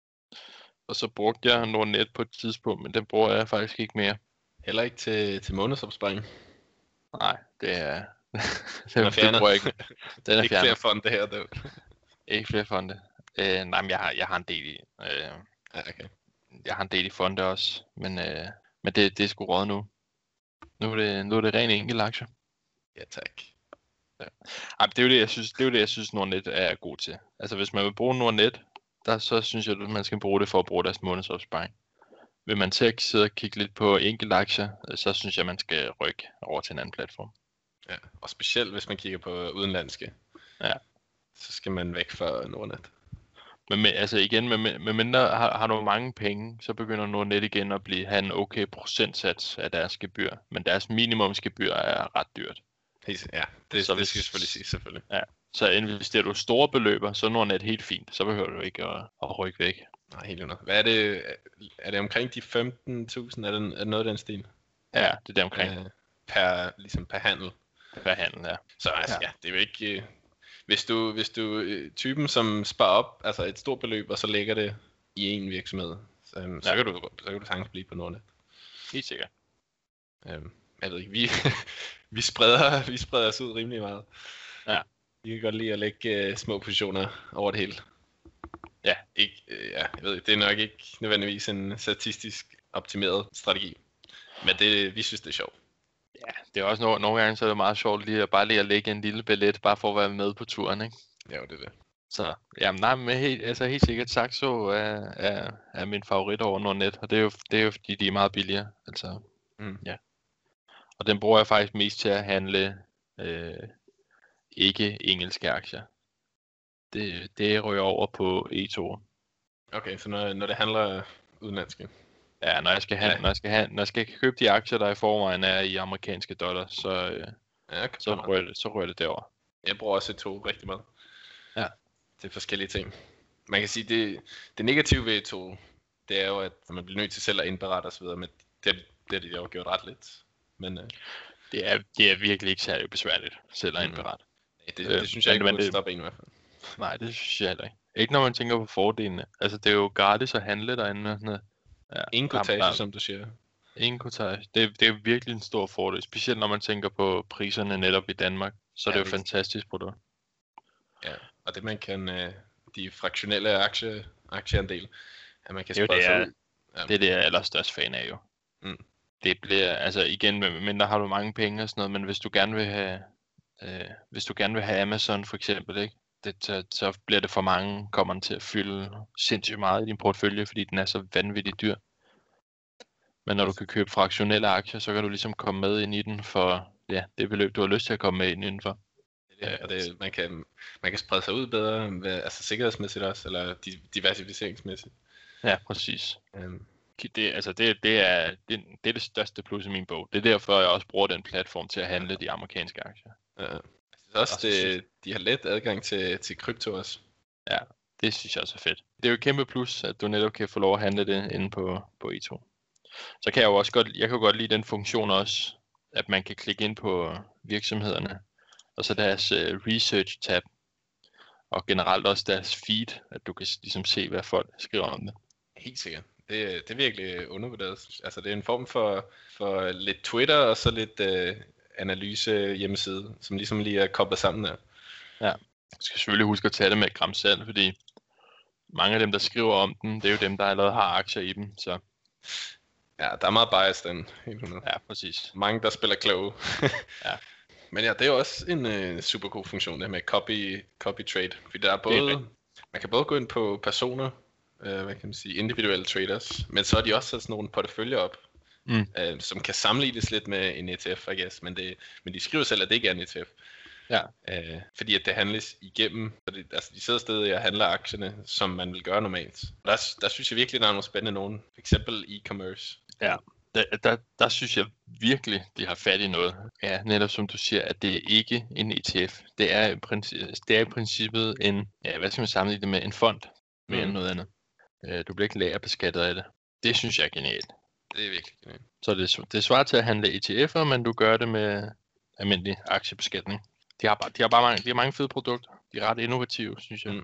Og så brugte jeg Nordnet på et tidspunkt, men den bruger jeg faktisk ikke mere. Heller ikke til, til månedsopsparing? Nej, det er... den er fjernet. Det bruger jeg ikke. Den er ikke flere fonde her, det. Ikke flere fonde. Øh, nej, men jeg har, jeg har en del i. Øh, ja, okay. Jeg har en del i fonde også, men, øh, men det, det er sgu råd nu. Nu er det, nu er det ren enkelt aktie. Ja, tak. Ja. Ej, det er jo det, jeg synes, det er jo det, jeg synes, Nordnet er god til. Altså, hvis man vil bruge Nordnet, der, så synes jeg, at man skal bruge det for at bruge deres månedsopsparing. Vil man til at sidde og kigge lidt på enkelte aktier, så synes jeg, man skal rykke over til en anden platform. Ja, og specielt hvis man kigger på udenlandske, ja. Så skal man væk fra Nordnet. Men med, altså igen, med, med mindre har, har du mange penge, så begynder Nordnet igen at blive, have en okay procentsats af deres gebyr. Men deres minimumsgebyr er ret dyrt. Ja, det, så det hvis, skal jeg selvfølgelig sige, selvfølgelig. Ja, så investerer du store beløber, så er Nordnet helt fint. Så behøver du ikke at, at rykke væk. Nej, helt under. Hvad er det? Er det omkring de femten tusind? Er det, er det noget af den stil? Ja, det er der omkring. Øh, per, ligesom per handel. Per handel, ja. Så altså, ja, ja det er jo ikke... Øh, hvis du, hvis du øh, typen, som sparer op, altså et stort beløb, og så lægger det i en virksomhed, så, øh, ja. så, kan, du, så kan du sagtens blive på Nordnet. Helt sikkert. Øh, jeg ved ikke, vi, vi, spreder, vi spreder os ud rimelig meget. Ja. Vi kan godt lide at lægge øh, små positioner over det hele. Ja, ikke, øh, ja, jeg ved ikke, det er nok ikke nødvendigvis en statistisk optimeret strategi. Men det, vi synes, det er sjovt. Ja, det er også nogle, nogle gange, så er det meget sjovt lige at bare lige at lægge en lille billet, bare for at være med på turen, ikke? Ja, det er det. Så, jamen nej, men helt, altså helt sikkert, Saxo er, er, er min favorit over Nordnet, og det er jo, det er jo fordi, de er meget billigere, altså, mm. ja. Og den bruger jeg faktisk mest til at handle øh, ikke engelske aktier. Det, det ryger over på E to. Okay, så når, når det handler udenlandske? Ja, når jeg skal have, ja. når jeg skal have, når jeg skal købe de aktier, der i forvejen er i amerikanske dollar, så øh, ja, så rører det, så rører det derover. Jeg bruger også E to rigtig meget. Ja. Til forskellige ting. Man kan sige det det negative ved E to, det er jo at man bliver nødt til selv at indberette og så videre, men det det har de jo gjort ret lidt. Men øh, det er det er virkelig ikke særlig besværligt selv at indberette. Mm. Det, det, det synes jeg ikke burde stoppe en i hvert fald. Nej, det synes jeg heller ikke. Ikke når man tænker på fordelene. Altså det er jo gratis at handle derinde og sådan noget. Ja, ingen kortage, som du siger. Ingen kortage. Det, det er virkelig en stor fordel. Specielt når man tænker på priserne netop i Danmark. Så ja, er det jo et fantastisk produkt. Ja, og det man kan, øh, de fraktionelle aktie, aktieandel, at man kan Det er jo sprede det, sig jeg, ud. Ja. det er det, jeg er allerstørst fan af jo. Mm. Det bliver, altså igen, men der har du mange penge og sådan noget, men hvis du gerne vil have, øh, hvis du gerne vil have Amazon for eksempel, ikke? Det, så, så bliver det for mange, kommer den til at fylde sindssygt meget i din portefølje, fordi den er så vanvittigt dyr. Men når du kan købe fraktionelle aktier, så kan du ligesom komme med ind i den for ja, det beløb, du har lyst til at komme med ind indenfor. Ja, og det, man, kan, man kan sprede sig ud bedre, med, altså sikkerhedsmæssigt også, eller diversificeringsmæssigt. Ja, præcis. Um. Det, altså det, det, er, det, det er det største plus i min bog. Det er derfor, jeg også bruger den platform til at handle de amerikanske aktier. Ja. Jeg synes også, det, de har let adgang til, til krypto også. Ja, det synes jeg også er fedt. Det er jo et kæmpe plus, at du netop kan få lov at handle det inde på, på E to. Så kan jeg jo også godt, jeg kan godt lide den funktion også, at man kan klikke ind på virksomhederne, og så deres uh, research tab, og generelt også deres feed, at du kan ligesom se, hvad folk skriver om det. Helt sikkert. Det, det er virkelig undervurderet. Altså det er en form for, for lidt Twitter og så lidt uh, analyse hjemmeside, som ligesom lige er koblet sammen der. Ja, jeg skal selvfølgelig huske at tage det med et gram salt, fordi mange af dem, der skriver om den, det er jo dem, der allerede har aktier i dem, så... Ja, der er meget bias den. Ja, præcis. Mange, der spiller kloge. Ja. Men ja, det er jo også en uh, super god funktion, det med copy, copy trade. Fordi der er både, er man kan både gå ind på personer, uh, hvad kan man sige, individuelle traders, men så er de også sat sådan nogle porteføljer op, mm. uh, som kan sammenlignes lidt med en E T F, I guess. Men, det, men de skriver selv, at det ikke er en E T F. Ja. Uh, fordi at det handles igennem, så det, altså de sidder steder og handler aktierne, som man vil gøre normalt. Der, der synes jeg virkelig, der er nogle spændende nogen. For eksempel e-commerce. Ja, der, der, der synes jeg virkelig, de har fat i noget. Ja, netop som du siger, at det er ikke en E T F. Det er i, princi- det er i princippet en, ja, hvad skal man sammenligne det med, en fond mere mm. end noget andet. Uh, du bliver ikke lagerbeskattet af det. Det synes jeg er genialt. Det er virkelig genialt. Så det, det svarer til at handle E T F'er, men du gør det med almindelig aktiebeskatning. De har, bare, de har bare mange, de har mange fede produkter. De er ret innovative, synes jeg. Mm.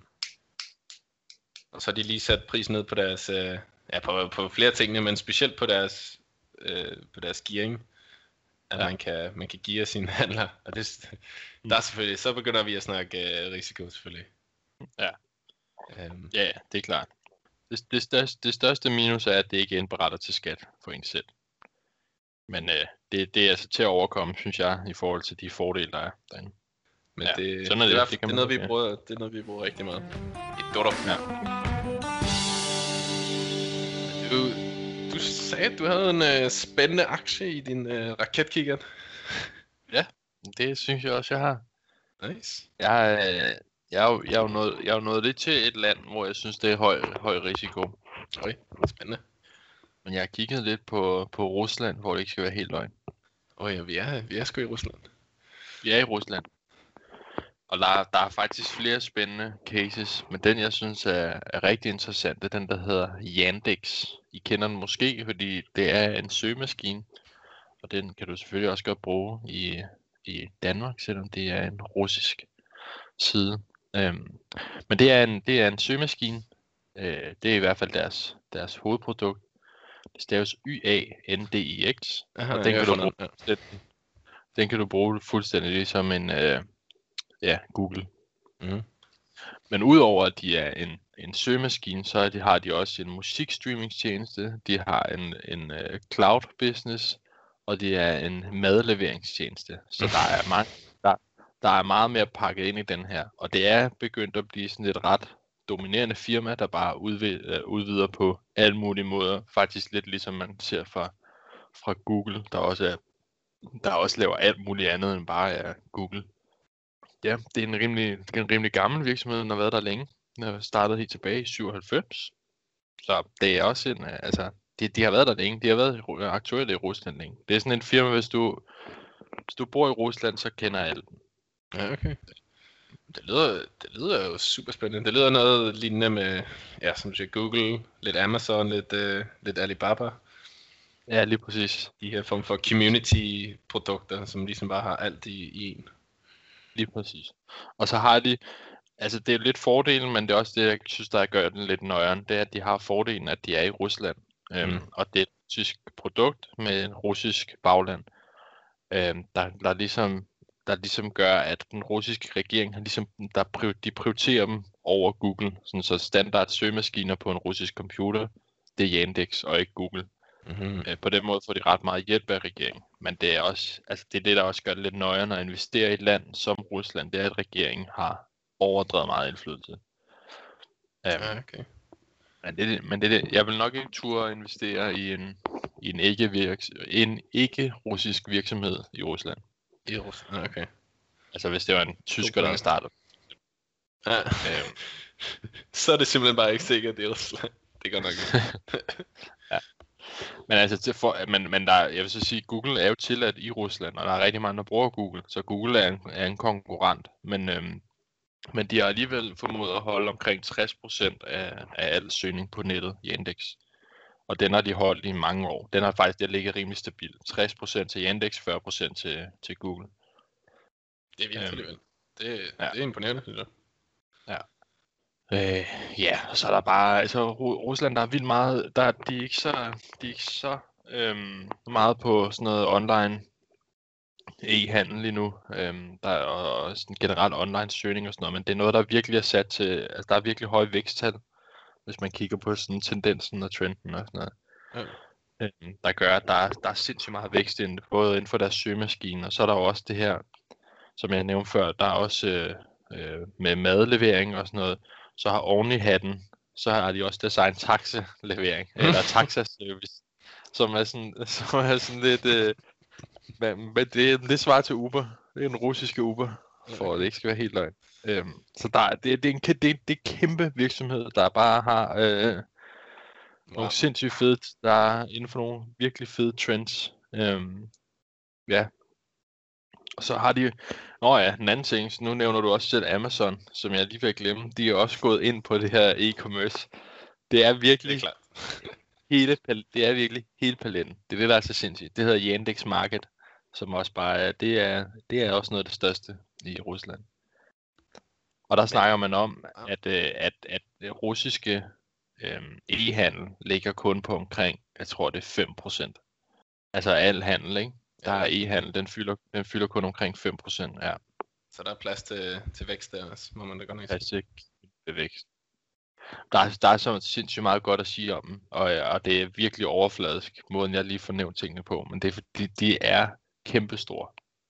Og så har de lige sat prisen ned på deres, øh, ja, på, på flere tingene, men specielt på deres, øh, på deres gearing. At ja. man kan, man kan geare sine handler. Og det, mm. der er selvfølgelig, så begynder vi at snakke øh, risiko selvfølgelig. Ja. Um. Ja, det er klart. Det, det, største, det største minus er, at det ikke indberetter til skat for en selv. Men øh, det, det er altså til at overkomme, synes jeg, i forhold til de fordele, der er derinde. Men ja, det, sådan er det, det, det, det, er noget, vi bruger, det er noget, vi bruger rigtig meget. Et dutter. Ja. Du, du sagde, at du havde en øh, spændende aktie i din øh, raketkikkert. Ja, det synes jeg også, jeg har. Nice. Jeg, øh, jeg, er jo, jeg, er jo nået, jeg er jo nået lidt til et land, hvor jeg synes, det er høj, høj risiko. Høj, spændende. Men jeg har kigget lidt på, på Rusland, hvor det ikke skal være helt løgn. Åh oh ja, vi er, vi er sgu i Rusland. Vi er i Rusland. Og der, der er faktisk flere spændende cases, men den jeg synes er, er rigtig interessant, det er den der hedder Yandex. I kender den måske, fordi det er en søgemaskine, og den kan du selvfølgelig også godt bruge i, i Danmark, selvom det er en russisk side. Øhm, men det er en, det er en søgemaskine, øh, det er i hvert fald deres, deres hovedprodukt. Det staves Y A N D I X, Aha, og den kan, du bruge, den, den kan du bruge fuldstændig ligesom en... Øh, Ja, Google. Mm. Men udover at de er en, en søgemaskine, så de, har de også en musikstreamingstjeneste, de har en, en uh, cloud business, og de er en madleveringstjeneste. Så der er, meget, der, der er meget mere pakket ind i den her. Og det er begyndt at blive sådan et ret dominerende firma, der bare udvider, udvider på alle mulige måder. Faktisk lidt ligesom man ser fra, fra Google, der også, er, der også laver alt muligt andet end bare er Google. Ja, det er en rimelig, det er en rimelig gammel virksomhed, den har været der længe. Den har startet helt tilbage i syvoghalvfems. Så det er også en, altså, de, de har været der længe. De har været aktuelle i Rusland længe. Det er sådan en firma, hvis du, hvis du bor i Rusland, så kender alle den. Ja, okay. Det lyder, det lyder jo super spændende. Det lyder noget lignende med, ja, som du siger, Google, lidt Amazon, lidt, uh, lidt Alibaba. Ja, lige præcis. De her form for community-produkter, som ligesom bare har alt i, i en. Lige præcis. Og så har de, altså det er lidt fordelen, men det er også det, jeg synes, der gør den lidt nøjeren, det er, at de har fordelen, at de er i Rusland. Mm. Øhm, og det er et russisk produkt med en russisk bagland. Øhm, der, der ligesom der ligesom gør, at den russiske regering har ligesom, der prior, de prioriterer dem over Google. Sådan så standard søgemaskiner på en russisk computer, det er Yandex og ikke Google. Mm-hmm. Øh, på den måde får de ret meget hjælp af regeringen. Men det er også, altså det er det, der også gør det lidt nøjere at investere i et land som Rusland, det er, at regeringen har overdrevet meget indflydelse. Um, Ja, okay. Men det, men det, jeg vil nok ikke turde investere i en, i en ikke virks, en ikke russisk virksomhed i Rusland. I Rusland, okay. Altså hvis det var en tysker, der startede. Ja. Øhm. Så er det simpelthen bare ikke sikkert, det er Rusland. Det går nok ikke. Ja. Men altså, til for, men, men der, jeg vil så sige, Google er jo tilladt i Rusland, og der er rigtig mange, der bruger Google, så Google er en, er en konkurrent. Men, øhm, men de har alligevel formået at holde omkring tres procent af, af al søgning på nettet i Yandex. Og den har de holdt i mange år. Den har faktisk der ligget rimelig stabil. tres procent til Yandex, fyrre procent til, til Google. Det er vildt alligevel. Øhm, Det, ja. det er imponerende, synes jeg. Ja. Øh, ja, så er der bare, altså Rusland, der er vildt meget, der, de er ikke så, de er ikke så øhm, meget på sådan noget online e-handel lige nu. Øhm, der er også sådan generelt online søgning og sådan noget, men det er noget, der virkelig er sat til, altså der er virkelig høje væksttal, hvis man kigger på sådan tendensen og trenden og sådan noget. Ja. Øhm, der gør, at der er, der er sindssygt meget vækst inden, både inden for deres søgemaskine, og så er der jo også det her, som jeg nævnte før, der er også øh, øh, med madlevering og sådan noget, så har oven i hatten, så har de også deres egen taxalevering, eller taxaservice, som er sådan, som er sådan lidt, øh, men det, det svarer til Uber, det er en russiske Uber, for at det ikke skal være helt løgn. Øhm, så der, det, det, er en, det, det er en kæmpe virksomhed, der bare har øh, wow. nogle sindssygt fede, der er inden for nogle virkelig fede trends. Øhm, ja. Og så har de, nå ja, en anden ting, så nu nævner du også selv Amazon, som jeg lige vil glemme, de er også gået ind på det her e-commerce. Det er virkelig, det er hele, det er virkelig hele paletten. Det er det, der er så sindssygt. Det hedder Yandex Market, som også bare er, det er, det er også noget af det største i Rusland. Og der snakker man om, at, at, at det russiske øhm, e-handel ligger kun på omkring, jeg tror det er fem procent. Altså al handel, ikke? Der er e-handel, den fylder, den fylder kun omkring fem procent, ja. Så der er plads til, til vækst der også, må man da godt nok sige. Plads til vækst. Der er, der er så sindssygt meget godt at sige om dem, og, og det er virkelig overfladisk, måden jeg lige får nævnt tingene på, men det er fordi, de er kæmpestore.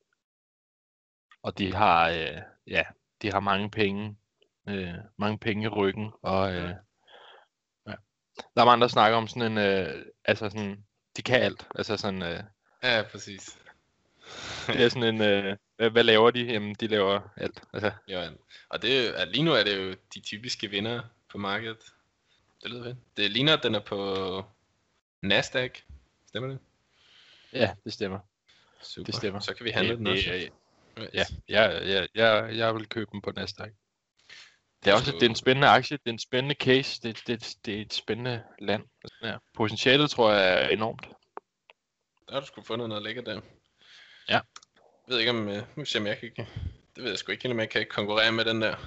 Og de har, øh, ja, de har mange penge, øh, mange penge i ryggen, og øh, ja. Der er mange, der snakker om sådan en, øh, altså sådan, de kan alt, altså sådan... Øh, Ja, præcis. Det er sådan en, øh, hvad, hvad laver de? Jamen, de laver alt. Altså. Ja, og det er, lige nu er det jo de typiske vinder på markedet. Det lyder fedt. Det ligner, at den er på Nasdaq. Stemmer det? Ja, det stemmer. Super. Det stemmer. Så kan vi handle det, den også. Det, ja, ja, ja, ja, jeg vil købe den på Nasdaq. Det er også det er en spændende aktie, det er en spændende case, det, det, det er et spændende land. Ja. Potentialet tror jeg er enormt. Der har du sgu fundet noget lækkert der. Ja. Jeg ved ikke om, uh, nu ser jeg ikke, det ved jeg sgu ikke, om jeg kan konkurrere med den der.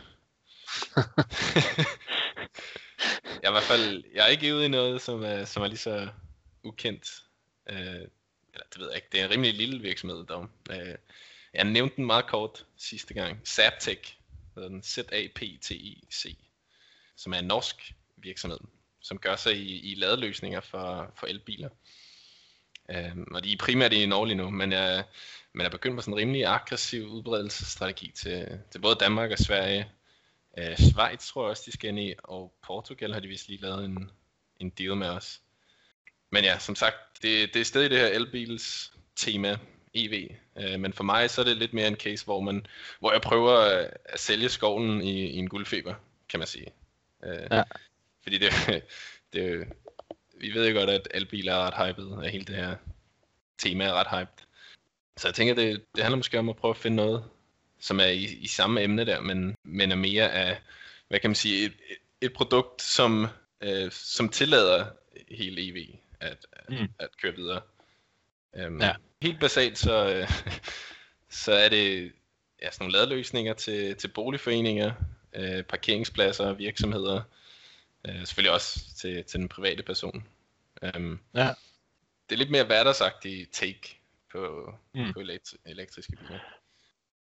Jeg er i hvert fald, jeg er ikke ude i noget, som er, som er lige så ukendt. Uh, eller det ved jeg ikke, det er en rimelig lille virksomhed dog. Uh, jeg nævnte den meget kort sidste gang. Zaptec, hedder den Z A P T I C, som er en norsk virksomhed, som gør sig i, i ladeløsninger for, for elbiler. Uh, og de er primært i Norge lige nu, men jeg, man er begyndt på sådan en rimelig aggressiv udbredelsesstrategi til, til både Danmark og Sverige. Uh, Schweiz tror jeg også, de skal ind i, og Portugal har de vist lige lavet en, en deal med os. Men ja, som sagt, det, det er stadig det her elbils tema, E V. Uh, men for mig så er det lidt mere en case, hvor, man, hvor jeg prøver at sælge skovlen i, i en guldfeber, kan man sige. Uh, ja. Fordi det, det vi ved jo godt, at elbiler er ret hyped, og hele det her tema er ret hyped. Så jeg tænker, det, det handler måske om at prøve at finde noget, som er i, i samme emne der, men, men er mere af, hvad kan man sige, et, et produkt, som, øh, som tillader hele E V at, at, mm. at køre videre. Um, ja. Helt basalt, så, øh, så er det ja, sådan nogle ladeløsninger til, til boligforeninger, øh, parkeringspladser, virksomheder, øh, selvfølgelig også til, til den private person. Um, ja. Det er lidt mere hverdagsagtigt take på, mm. på elektri- elektriske biler.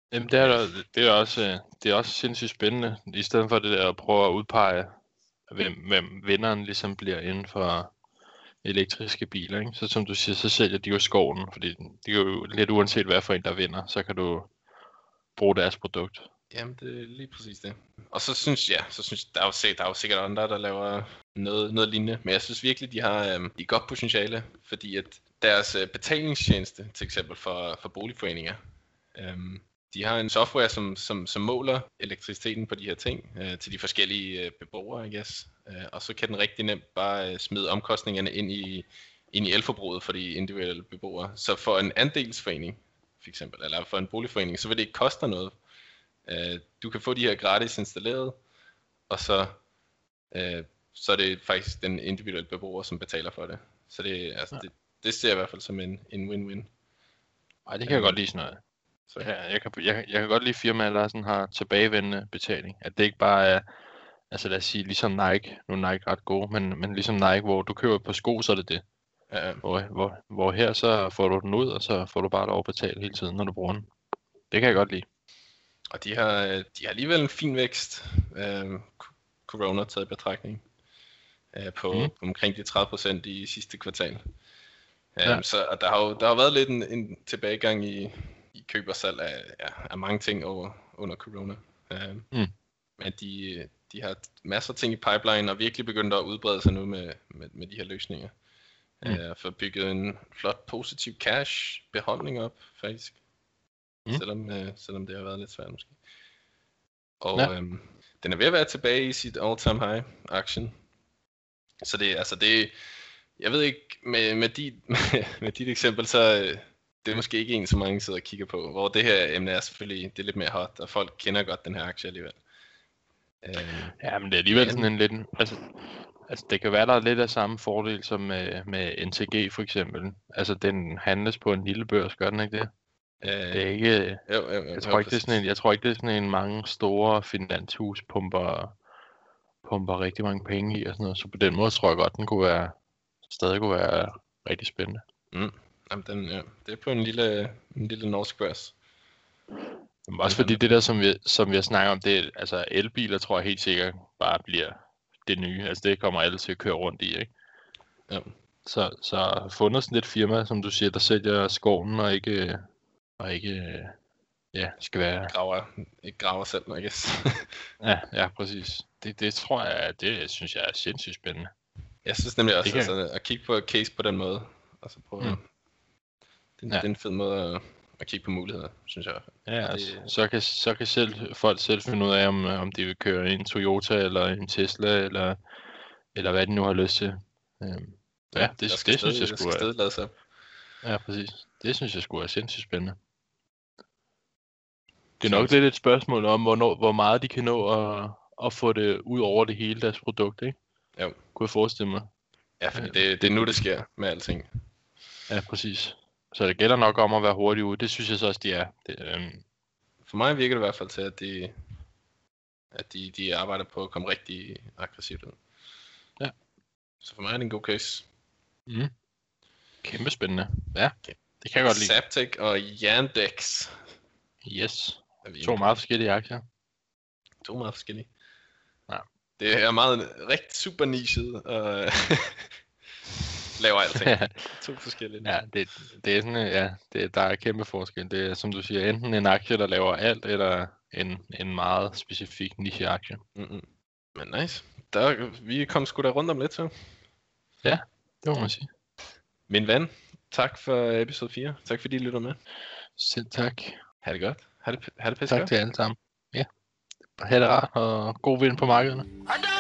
Jamen, det er, det er også, det er også sindssygt spændende, i stedet for det der at prøve at udpege, hvem, hvem vinderen ligesom bliver inden for elektriske biler, ikke? Så som du siger, så sælger de jo skoven, fordi det er jo lidt uanset hvad for en, der vinder, så kan du bruge deres produkt. Jamen, det er lige præcis det. Og så synes jeg, så synes der er jo, sikkert, der er jo sikkert andre, der laver noget, noget lignende. Men jeg synes virkelig, de har øhm, de godt potentiale, fordi at deres øh, betalingstjeneste, til eksempel for, for boligforeninger, øhm, de har en software, som, som, som måler elektriciteten på de her ting øh, til de forskellige øh, beboere, I guess. Øh, og så kan den rigtig nemt bare øh, smide omkostningerne ind i, ind i elforbruget for de individuelle beboere. Så for en andelsforening, for eksempel, eller for en boligforening, så vil det ikke koste noget. Uh, du kan få de her gratis installeret, og så, uh, så er det faktisk den individuelle beboer, som betaler for det. Så det, altså, ja. det, det ser jeg i hvert fald som en, en win-win. Ej, det kan jeg godt lide sådan noget. Så. Ja, jeg, kan, jeg, jeg kan godt lide firmaer, der sådan har tilbagevendende betaling. At det ikke bare er, altså lad os sige, ligesom Nike, nu er Nike ret gode, men, men ligesom Nike, hvor du køber på sko, så er det det. Ja. Hvor, hvor, hvor her så får du den ud, og så får du bare lov at betale hele tiden, når du bruger den. Det kan jeg godt lide. Og de har, de har alligevel en fin vækst, øh, corona taget i betragtning, øh, på mm. omkring de tredive procent i sidste kvartal. Ja. Um, så og der har jo der har været lidt en, en tilbagegang i, i køb og salg af, ja, af mange ting over, under corona. Um, mm. Men de, de har masser af ting i pipeline og virkelig begyndt at udbrede sig nu med, med, med de her løsninger. Mm. Uh, for bygget en flot positiv cash beholdning op, faktisk. Mm. Selvom, øh, selvom det har været lidt svært måske. Og ja. øhm, den er ved at være tilbage i sit all-time high action. Så det, altså det, jeg ved ikke, med, med, dit, med dit eksempel, så øh, det er måske ikke en, så mange sidder og kigger på. Hvor det her emne er selvfølgelig, det er lidt mere hot, og folk kender godt den her aktie alligevel. Øh, ja, men det er alligevel sådan en lidt, altså, altså det kan være, der er lidt af samme fordel som med, med N T G for eksempel. Altså den handles på en lille børs, gør den ikke det? Det er ikke, jo, jo, jo, jeg, tror ikke, det er sådan en, jeg tror ikke, det er sådan en mange store finanshus pumper, pumper rigtig mange penge i og sådan noget. Så på den måde tror jeg godt, den kunne være, stadig kunne være rigtig spændende. Mm. Jamen, den, ja. Det er på en lille, en lille norsk børs. Men også fordi det der, som vi, som vi har snakket om, det er, altså elbiler tror jeg helt sikkert bare bliver det nye. Altså det kommer alle til at køre rundt i, ikke? Ja. Så, så fundet sådan et firma, som du siger, der sælger skoven og ikke... Og ikke, ja, skal være... Graver, ikke graver selv, I guess. ja, ja, præcis. Det, det tror jeg, det synes jeg er sindssygt spændende. Jeg synes nemlig også, kan... altså, at kigge på case på den måde, og så prøve... Mm. Det, ja. det er en fed måde at, at kigge på muligheder, synes jeg. Ja, det... altså, så kan, så kan selv, folk selv finde ud af, om, om de vil køre en Toyota, eller en Tesla, eller, eller hvad de nu har lyst til. Um, ja, ja, det, det, det synes jeg skulle være... Ja, præcis. Det synes jeg skulle være sindssygt spændende. Det er nok lidt et spørgsmål om, hvornår, hvor meget de kan nå at, at få det ud over det hele deres produkt, ikke? Jo. Kunne jeg forestille mig. Ja, fordi det, det er nu, det sker med alting. Ja, præcis. Så det gælder nok om at være hurtig ude. Det synes jeg så også, de er. Det, øhm... For mig virker det i hvert fald til, at de, at de, de arbejder på at komme rigtig aggressivt ud. Ja. Så for mig er det en god case. Mm. Kæmpe spændende. Ja, okay. Det kan jeg godt lide. Zaptec og Yandex. Yes. To meget forskellige aktier. To meget forskellige. Ja. Det er meget rigtig super nichet og laver alting. To forskellige. Ja, det, det er sådan, ja, det, der er kæmpe forskel. Det er, som du siger, enten en aktie, der laver alt, eller en, en meget specifik niche-aktie. Mm-hmm. Men nice. Der, vi kom sgu da rundt om lidt, så. Ja, det må man sige. Min ven, tak for episode fire. Tak fordi I lytter med. Selv tak. Ha' det godt. Ha' det, ha' det pisse tak godt. Til alle sammen. Ja. Ha' det rart og god vind på markederne.